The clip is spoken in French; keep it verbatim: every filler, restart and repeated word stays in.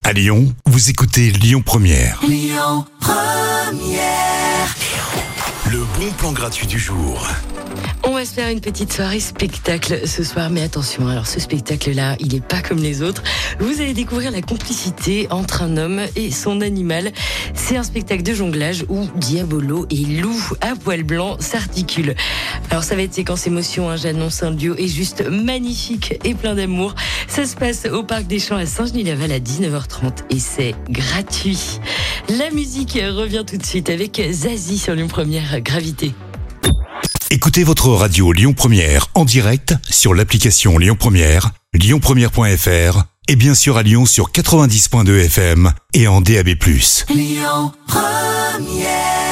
À Lyon, vous écoutez Lyon Première. Lyon Première. Le bon plan gratuit du jour. On va se faire une petite soirée spectacle ce soir, mais attention, alors ce spectacle-là, il n'est pas comme les autres. Vous allez découvrir la complicité entre un homme et son animal. C'est un spectacle de jonglage où Diabolo et Lou à poil blanc s'articulent. Alors ça va être séquence émotion, hein, j'annonce un duo est juste magnifique et plein d'amour. Ça se passe au Parc des Champs à Saint-Genis-Laval à dix-neuf heures trente et c'est gratuit. La musique revient tout de suite avec Zazie sur Lyon Première, Gravité. Écoutez votre radio Lyon Première en direct sur l'application Lyon Première, lyon première point f r et bien sûr à Lyon sur quatre-vingt-dix virgule deux F M et en D A B plus. Lyon Première.